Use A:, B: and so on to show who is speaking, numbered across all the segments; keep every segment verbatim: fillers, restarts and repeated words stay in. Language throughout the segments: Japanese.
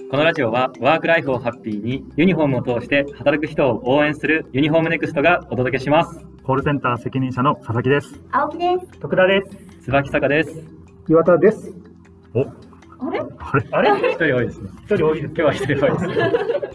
A: このラジオはワークライフをハッピーにユニフォームを通して働く人を応援するユニフォームネクストがお届けします。
B: コールセンター責任者の佐々木です。
C: 青木です。
D: 徳田です。
A: 椿坂です。
E: 岩田です。
B: お、
C: あれ
B: あれ
D: あれ
A: 一人多いですね。
D: 一人多いです。
A: 今日は一人多いです。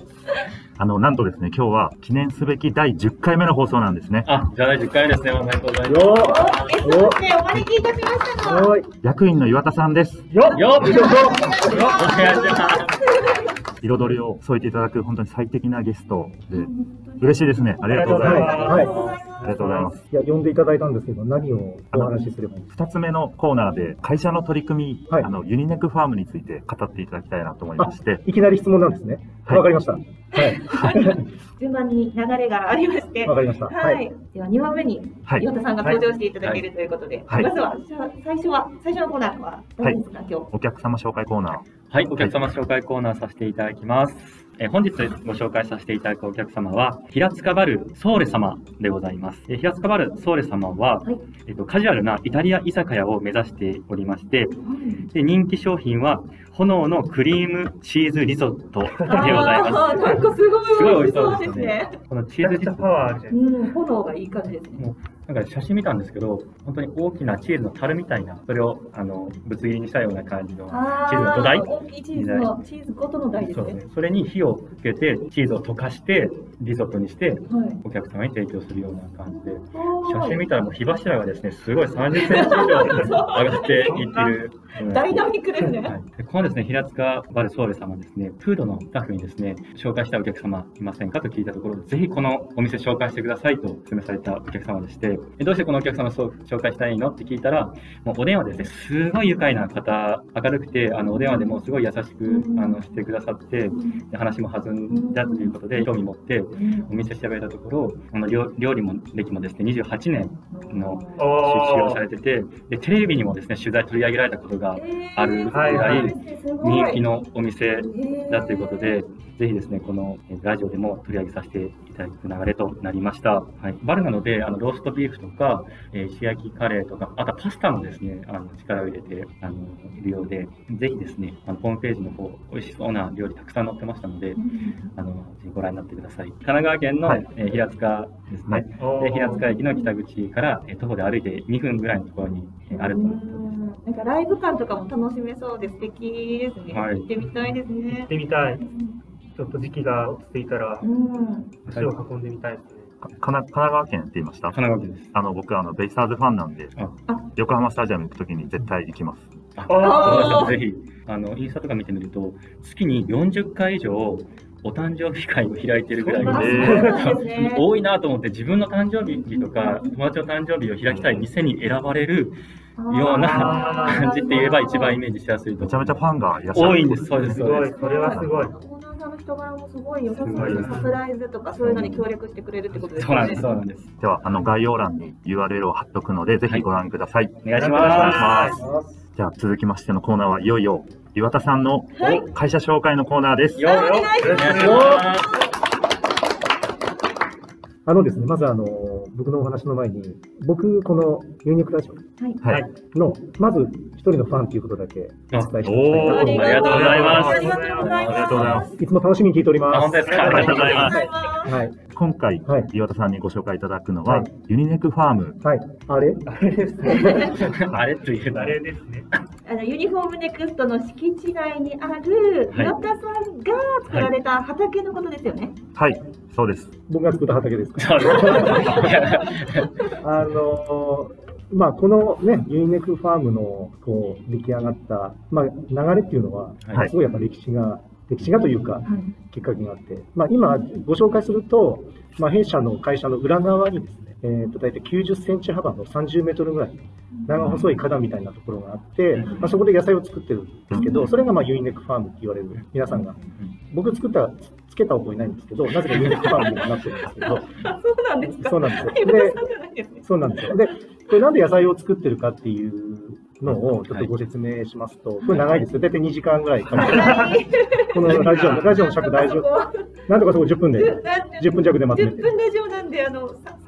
B: あの、なんとですね、今日は記念すべきだいじゅっかいめの放送なんですね。
A: あ、じゃあだいじゅっかいめですね。おめでとうございます。
E: よ
C: ゲストとしてお招きいたしましたの。
E: はい。
B: 役員の岩田さんです。
D: よっ
A: よっよっお願いします。
B: 彩りを添えていただく本当に最適なゲストで、嬉しいですね。ありがとうございます。
E: はい。
B: ありがとうございます。
E: いや、呼んでいただいたんですけど、何をお話しすればいいですか？
B: 二つ目のコーナーで会社の取り組み、
E: はい、
B: あのユニネクファームについて語っていただきたいなと思いまして。
E: いきなり質問なんですね。わ、はい、かりました。はい。
C: 順番に流れがありまして。
E: わかりました。
C: はい。はい、ではにばんめに岩田さんが登場していただける、はい、ということで、はい、まずは最初は最初のコーナーは何ですか、はい、今日。
B: お客様紹介コーナー。
A: はい、お客様紹介コーナーさせていただきます。え本日ご紹介させていただくお客様は平塚バルソーレ様でございます。え平塚バルソーレ様は、はい、えっと、カジュアルなイタリア居酒屋を目指しておりまして、で人気商品は炎のクリームチーズリゾットでございます。
C: なんかすごい
A: すごい美味しそうですね。このチーズリゾット
D: パワーあるじゃないですか。
C: うん、炎がいい感じですね。
A: もうなんか写真見たんですけど、本当に大きなチーズの樽みたいな、それをあのぶつ切りにしたような感じのチーズの土台。
C: 大きいチーズのチーズごとの台ですね。
A: そうですね。それに火をつけてチーズを溶かしてリゾットにして、はい、お客様に提供するような感じで、写真見たらもう火柱がですね、すごいさんじゅっセンチ以上上がっていってる。
C: ダイナミックですね。
A: はい、でこのですね、平塚バルソーレ様ですね、フードのスタッフにですね、紹介したいお客様いませんかと聞いたところ、ぜひこのお店紹介してくださいとお勧めされたお客様でして、どうしてこのお客様を紹介したいのって聞いたら、もうお電話ですね、すごい愉快な方、明るくて、あのお電話でもすごい優しくあのしてくださって、話も弾んだということで、興味持ってお店調べたところ、あの 料, 料理も歴もですね、にじゅうはちねんの出資をされてて、でテレビにもですね、取材取り上げられたことがあるぐらい人気のお店だということで、ぜひですね、このラジオでも取り上げさせていただく流れとなりました。はい、バルなので、あのローストビーフとか、えー、石焼きカレーとか、あとはパスタもですね、あの力を入れてあのいるようで、ぜひですね、あのホームページの方、美味しそうな料理たくさん載ってましたので、あのぜひご覧になってください。神奈川県の、はい、えー、平塚ですね、はい、で平塚駅の北口から、えー、徒歩で歩いてにふんぐらいのところに、えー、あるということです。
C: なんかライブ感とかも楽しめそうで素敵ですね。はい、行ってみたいですね。
D: 行ってみたい。ちょっと時期が落ち着いたら、うん、足を運んでみたいですね。
B: 神奈川県って言いました？
A: 神奈川県です。
B: あの僕あのベイスターズファンなんで、横浜スタジアム行くときに絶対行きます。
A: ああ、ぜひあのインスタとか見てみると月によんじゅっかい以上お誕生日会を開いているぐらいで、ね、多いなと思って、自分の誕生日とか友達の誕生日を開きたい店に選ばれるような感じって言えば一番イメージしやすいと。
B: めちゃめちゃファンがいらっしゃる。
A: 多いんです。そうです。
D: すごい。それはすごい。
C: オーナーさんの人柄もすごい良さそうです。サプライズとかそういうのに協力してくれるってことですね。
A: そうなんです。そうなんです。
B: ではあの概要欄に ユーアールエル を貼っとくので、ぜひご覧ください。
A: お願いします。
B: じゃあ続きましてのコーナーはいよいよ岩田さんの会社紹介のコーナーです。
A: よろしくお願いします。
E: あのですね、まずあの僕のお話の前に、僕このユニークラジオの、はい、まず一人のファンということだけお伝えしておきたいなと思います。
A: ありがとうございます。
C: ありがとうございます。
B: ありがとうございます。
E: いつも楽しみに聞いております。
A: 本当ですか。ありがとうございます。
E: はい。
B: 今回、はい、岩田さんにご紹介いただくのは、はい、ユニネクファーム。
E: はい。あれ
D: あれですね。
A: あれという
D: あれですね。
C: あのユニフォームネクストの敷地内にある岩田さんが作られた畑のことですよね。
B: はい、はい、そうです。
E: 僕が作った畑ですか。
A: そうです。
E: あのまあこのねユニネクファームのこう出来上がったまあ流れっていうのは、はい、すごいやっぱ歴史が歴史がというか、はい、きっかけがあって、まあ今ご紹介すると、まあ弊社の会社の裏側にですね、えー、と大体きゅうじゅっセンチ幅のさんじゅうメートルぐらい長細い花壇みたいなところがあって、まあ、そこで野菜を作ってるんですけど、それがまあユニネクファームって言われる皆さんが、僕作ったつけた覚えないんですけど、なぜかユニネクファームになってるんですけど、
C: そうなんですか。
E: そうなんですよ。で、そうなんですよ。で、これなんで野菜を作ってるかっていうのをちょっとご説明しますと、これ長いですよ。大体にじかんぐらいかかる。このラジオのラジオの尺大丈夫。なんとかそこじゅっぷんでじゅっぷん弱でまとめて。
C: じゅっぷんラジオなんであのさん、よん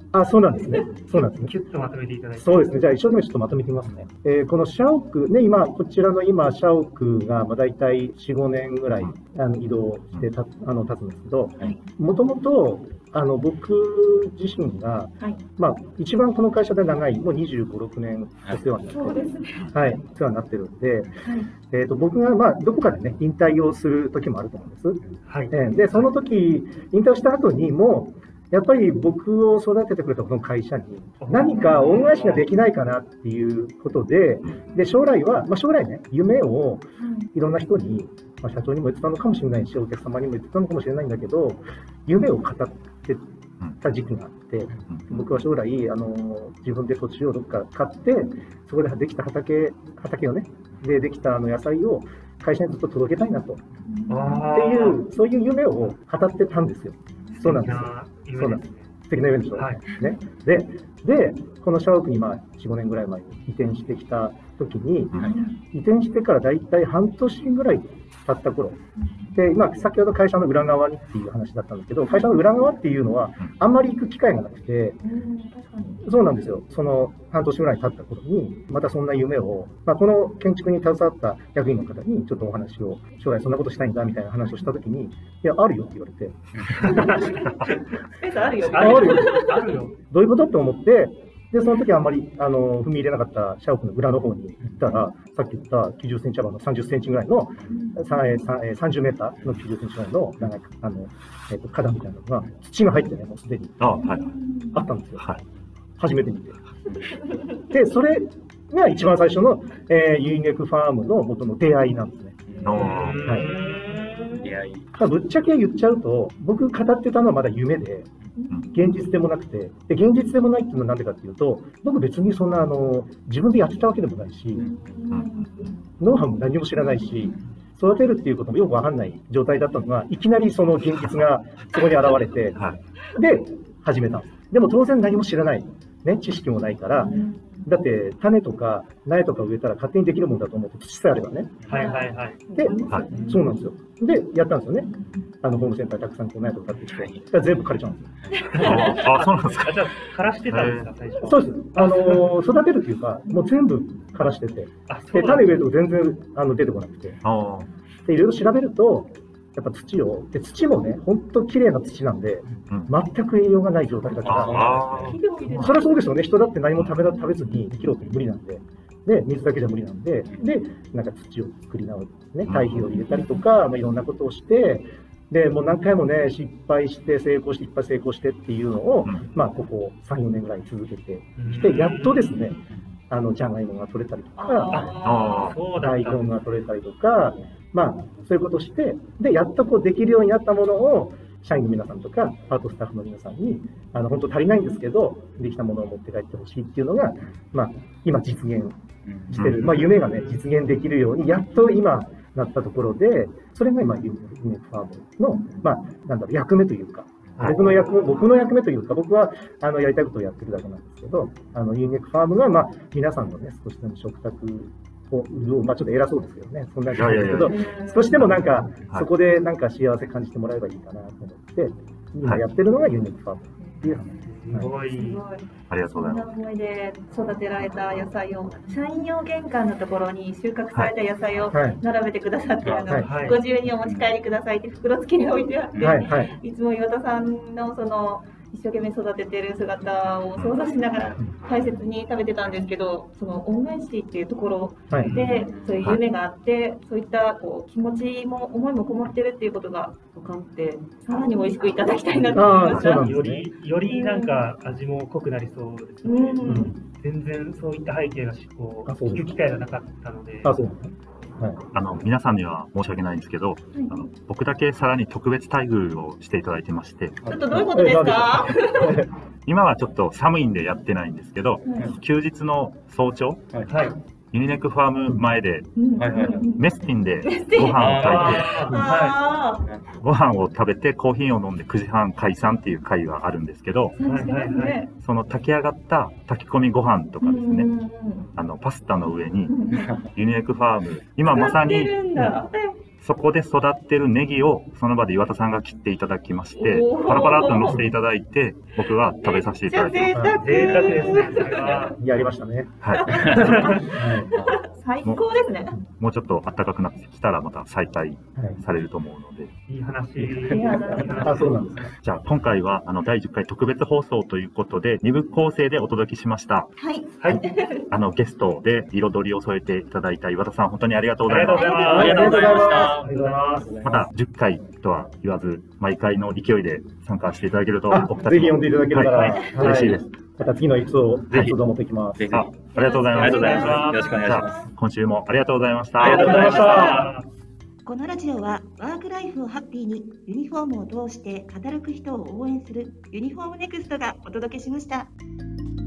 E: あ、そうなんですね。そうなんですね。
D: キュッとまとめていただいて。
E: そうですね。じゃあ一生懸命ちょっとまとめてみますね。えー、この社屋ね、今、こちらの今、社屋が、まあ、大体よん、ごねんぐらいあの移動してたあの経つんですけど、もともと、あの僕自身が、はい、まあ、一番この会社で長い、もうにじゅうご、ろくねんお世話になって、はい、ねはい、お世話になってるんで、はい、えーと、僕が、まあ、どこかでね、引退をする時もあると思うんです。はい、えー、で、その時、引退をした後にも、やっぱり僕を育ててくれたこの会社に何か恩返しができないかなっていうことで、で将来は、まあ、将来ね、夢をいろんな人に、まあ、社長にも言ってたのかもしれないし、お客様にも言ってたのかもしれないんだけど、夢を語ってた時期があって、僕は将来、あの自分で土地をどっか買って、そこでできた畑、畑をね、でできたあの野菜を会社にずっと届けたいなと、っていう、そういう夢を語ってたんですよ。そうなんですよ。そうなんです。素敵な夢でしょ。はい、ね。で、で、この社屋にまあよん、ごねんぐらい前に移転してきた時に、はい、移転してからだいたい半年ぐらい経った頃、で、今、先ほど会社の裏側にっていう話だったんだけど、会社の裏側っていうのは、あんまり行く機会がなくて、そうなんですよ。その半年ぐらい経った頃に、またそんな夢を、まあ、この建築に携わった役員の方にちょっとお話を、将来そんなことしたいんだみたいな話をした時に、いや、あるよって言われて。
C: スペースあるよ。
E: あるよ。あるよ。どういうことって思って、で、その時あんまり、あの、踏み入れなかった社屋の裏の方に行ったら、さっき言ったきゅうじゅっセンチ幅のさんじゅっセンチぐらいの、さんじゅうメーターのきゅうじゅっセンチぐらいの長い、あの、えっと、花壇みたいなのが、土が入ってね、もうすでに。あ、はい。あったんですよ。はい。初めて見て。で、それが一番最初の、えー、ユイネクファームの元の出会いなんですね。はい。出会い。ぶっちゃけ言っちゃうと、僕語ってたのはまだ夢で、現実でもなくて、で現実でもないっていうのはなんでかっていうと、僕別にそんなあの自分でやってたわけでもないし、ノウハウも何も知らないし、育てるっていうこともよくわかんない状態だったのが、いきなりその現実がそこに現れて、で、始めたんです。でも当然何も知らない、ね、知識もないから、だって種とか苗とか植えたら勝手にできるもんだと思って、土さえあればね。
D: はいはいはい。
E: で、はい、そうなんですよ。で、やったんですよね。あのホームセンターたくさんこう苗とか買ってきて、はい、全部枯れちゃうんですよ。
B: ああ、そうなんですか。
D: じゃあ、枯らしてたんですか、最初。
E: そうです。あの育てるっていうか、もう全部枯らしてて、で種植えると全然あの出てこなくて、でいろいろ調べると、やっぱ土を、で土もね、本当綺麗な土なんで、うん、全く栄養がない状態だから、それはそうですよね、人だって何も食べ食べずに生きろって無理なんで、で水だけじゃ無理なんで、で、なんか土を作り直して、ね、堆肥を入れたりとか、まあ、いろんなことをして、でもう何回もね、失敗して、成功して、いっぱい成功してっていうのを、うん、まあ、ここさん、よねんぐらい続けてきて、やっとですね、あのじゃがいもが取れたりとか、大根が取れたりとか、まあ、そういうことをして、で、やっとこうできるようになったものを、社員の皆さんとか、パートスタッフの皆さんに、あの、本当足りないんですけど、できたものを持って帰ってほしいっていうのが、まあ、今実現してる、まあ、夢がね、実現できるように、やっと今、なったところで、それが今、ユニネクファームの、まあ、なんだろう、役目というか、僕の役、僕の役目というか、僕は、あの、やりたいことをやってるだけなんですけど、あの、ユニネクファームが、まあ、皆さんのね、少しでも食卓を、まあ、ちょっと偉そうですけどね、そんな感じですけど、少しでもなんか、そこでなんか幸せ感じてもらえばいいかなと思って、今やってるのがユニネクファームっていう話です。
D: すごい。
B: ありがとうございます。
C: そんな思いで育てられた野菜を、社員用玄関のところに収穫された野菜を並べてくださって、はい、あの、はい、ご自由にお持ち帰りくださいって袋付きで置いてあって、はいはい、いつも岩田さんのその、一生懸命育ててる姿を想像しながら大切に食べてたんですけど、その恩返しっていうところで、そういう夢があって、そういったこう気持ちも思いもこもってるっていうことが分かって、さらに美味しくいただきたいなと思いました。
D: より、よりなんか味も濃くなりそうですよね。うん、全然そういった背景がこう聞く機会がなかったので。
E: あ、そう
B: はい、あの皆さんには申し訳ないんですけど、はい、あの僕だけさらに特別待遇をしていただいてまして、
C: ちょっとどういうことですか？
B: 今はちょっと寒いんでやってないんですけど、はい、休日の早朝、はいはい、ユニネクファーム前で、はいはい、メスティンでご飯を炊いて、ご飯を食べてコーヒーを飲んでくじはん解散っていう会があるんですけど、その炊き上がった炊き込みご飯とかですね、あのパスタの上にユニネクファーム、今まさにそこで育ってるネギをその場で岩田さんが切っていただきまして、パラパラっと乗せていただいて、僕は食べさせていただいてます。
D: 贅沢ですね、それは。
E: やりましたね。
B: はい。
C: 最高ですね。
B: もうちょっと暖かくなってきたらまた再開されると思うので。
D: いい話。
E: あ、そうなんですか。
B: じゃあ今回はあのだいじゅっかい特別放送ということでに部構成でお届けしました。
C: はい。
B: はい。あのゲストで彩りを添えていただいた岩田さん、本当にありがとうございます。
A: ありがとうございました。
E: ありがとうございます。
B: またじゅっかいとは言わず、毎回の勢いで参加していただけると、僕たち
E: ぜひ呼んでいただければ、
B: はいはい、嬉しいです。
E: また次のエピソードをぜひ持ってきます。
A: ぜひ。
B: あ、ありがとうございます。
A: ありがとうございます。よろしくお願いします。
B: 今週もありがとうございました。
A: ありがとうございました。
F: このラジオはワークライフをハッピーにユニフォームを通して働く人を応援するユニフォームネクストがお届けしました。